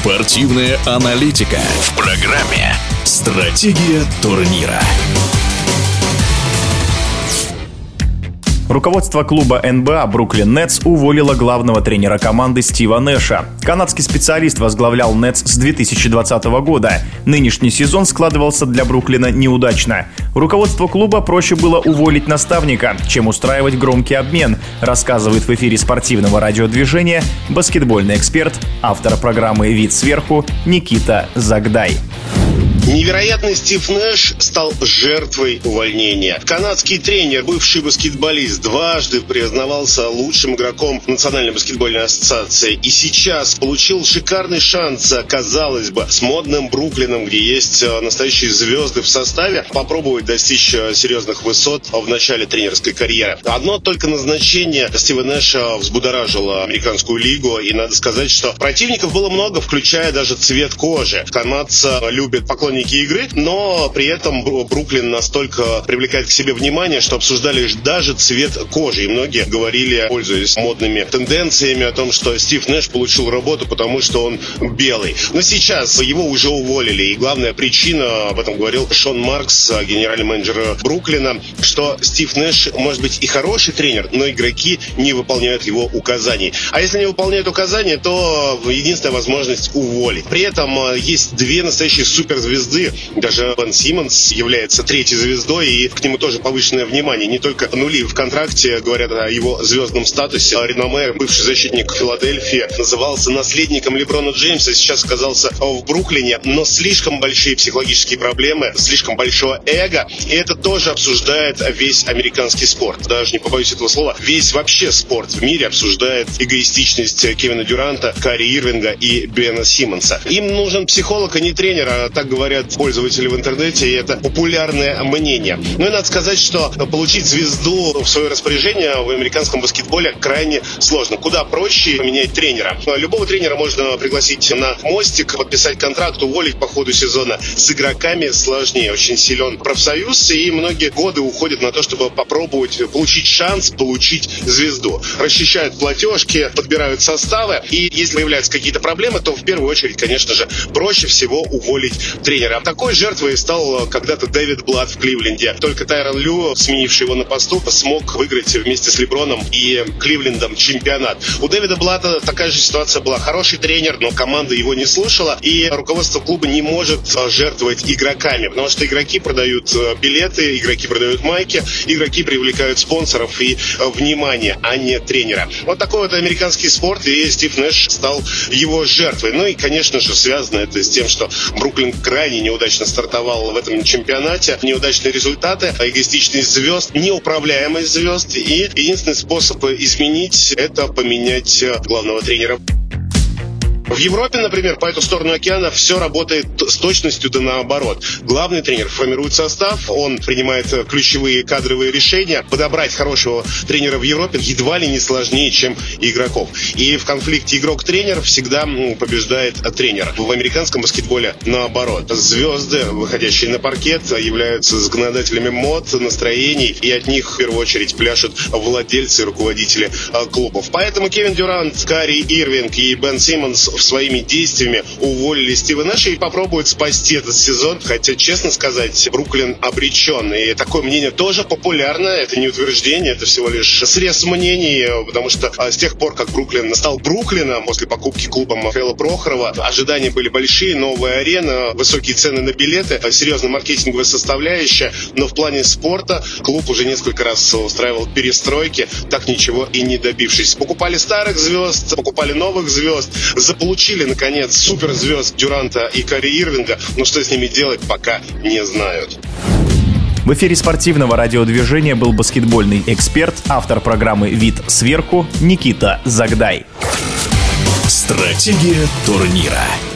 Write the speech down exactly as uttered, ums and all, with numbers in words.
Спортивная аналитика в программе «Стратегия турнира». Руководство клуба эн би эй Бруклин Нетс уволило главного тренера команды Стива Нэша. Канадский специалист возглавлял Нетс с две тысячи двадцатого года. Нынешний сезон складывался для Бруклина неудачно. Руководству клуба проще было уволить наставника, чем устраивать громкий обмен, рассказывает в эфире спортивного радиодвижения баскетбольный эксперт, автор программы «Вид сверху» Никита Загдай. Невероятный Стив Нэш стал жертвой увольнения. Канадский тренер, бывший баскетболист, дважды признавался лучшим игроком Национальной баскетбольной ассоциации. И сейчас получил шикарный шанс, казалось бы, с модным Бруклином, где есть настоящие звезды в составе, попробовать достичь серьезных высот в начале тренерской карьеры. Одно только назначение Стива Нэша взбудоражило американскую лигу. И надо сказать, что противников было много, включая даже цвет кожи. Канадцы любят поклонники игры, но при этом Бруклин настолько привлекает к себе внимание, что обсуждали даже цвет кожи. И многие говорили, пользуясь модными тенденциями, о том, что Стив Нэш получил работу, потому что он белый. Но сейчас его уже уволили. И главная причина, об этом говорил Шон Маркс, генеральный менеджер Бруклина, что Стив Нэш может быть и хороший тренер, но игроки не выполняют его указаний. А если не выполняют указания, то единственная возможность уволить. При этом есть две настоящие суперзвезды. Даже Бен Симмонс является третьей звездой, и к нему тоже повышенное внимание. Не только нули в контракте говорят о его звездном статусе. Реноме, бывший защитник Филадельфии, назывался наследником Леброна Джеймса, сейчас оказался в Бруклине, но слишком большие психологические проблемы, слишком большое эго, и это тоже обсуждает весь американский спорт. Даже не побоюсь этого слова, весь вообще спорт в мире обсуждает эгоистичность Кевина Дюранта, Кайри Ирвинга и Бена Симмонса. Им нужен психолог, а не тренер, а так говорят пользователи в интернете, и это популярное мнение. Ну и надо сказать, что получить звезду в свое распоряжение в американском баскетболе крайне сложно. Куда проще поменять тренера. Любого тренера можно пригласить на мостик, подписать контракт, уволить по ходу сезона. С игроками сложнее. Очень силен профсоюз, и многие годы уходят на то, чтобы попробовать получить шанс, получить звезду. Расчищают платежки, подбирают составы, и если появляются какие-то проблемы, то в первую очередь, конечно же, проще всего уволить тренера. А такой жертвой стал когда-то Дэвид Блад в Кливленде. Только Тайрон Лю, сменивший его на посту, смог выиграть вместе с Леброном и Кливлендом чемпионат. У Дэвида Блада такая же ситуация была. Хороший тренер, но команда его не слушала, и руководство клуба не может жертвовать игроками, потому что игроки продают билеты, игроки продают майки, игроки привлекают спонсоров и внимание, а не тренера. Вот такой вот американский спорт, и Стив Нэш стал его жертвой. Ну и, конечно же, связано это с тем, что Бруклин крайне неудачно стартовал в этом чемпионате. Неудачные результаты, эгоистичность звезд, неуправляемость звезд. И единственный способ изменить — это поменять главного тренера. В Европе, например, по эту сторону океана все работает с точностью да наоборот. Главный тренер формирует состав, он принимает ключевые кадровые решения. Подобрать хорошего тренера в Европе едва ли не сложнее, чем игроков. И в конфликте игрок-тренер всегда побеждает тренер. В американском баскетболе наоборот. Звезды, выходящие на паркет, являются законодателями мод, настроений, и от них в первую очередь пляшут владельцы и руководители клубов. Поэтому Кевин Дюрант, Кайри Ирвинг и Бен Симмонс своими действиями уволили Стива Нэша и попробуют спасти этот сезон. Хотя, честно сказать, Бруклин обречен. И такое мнение тоже популярно. Это не утверждение, это всего лишь срез мнений, потому что с тех пор, как Бруклин стал Бруклином после покупки клубом Михаила Прохорова, ожидания были большие, новая арена, высокие цены на билеты, серьезная маркетинговая составляющая. Но в плане спорта клуб уже несколько раз устраивал перестройки, так ничего и не добившись. Покупали старых звезд, покупали новых звезд, заполучили Получили, наконец, суперзвезд Дюранта и Кайри Ирвинга, но что с ними делать, пока не знают. В эфире спортивного радиодвижения был баскетбольный эксперт, автор программы «Вид сверху» Никита Загдай. Стратегия турнира.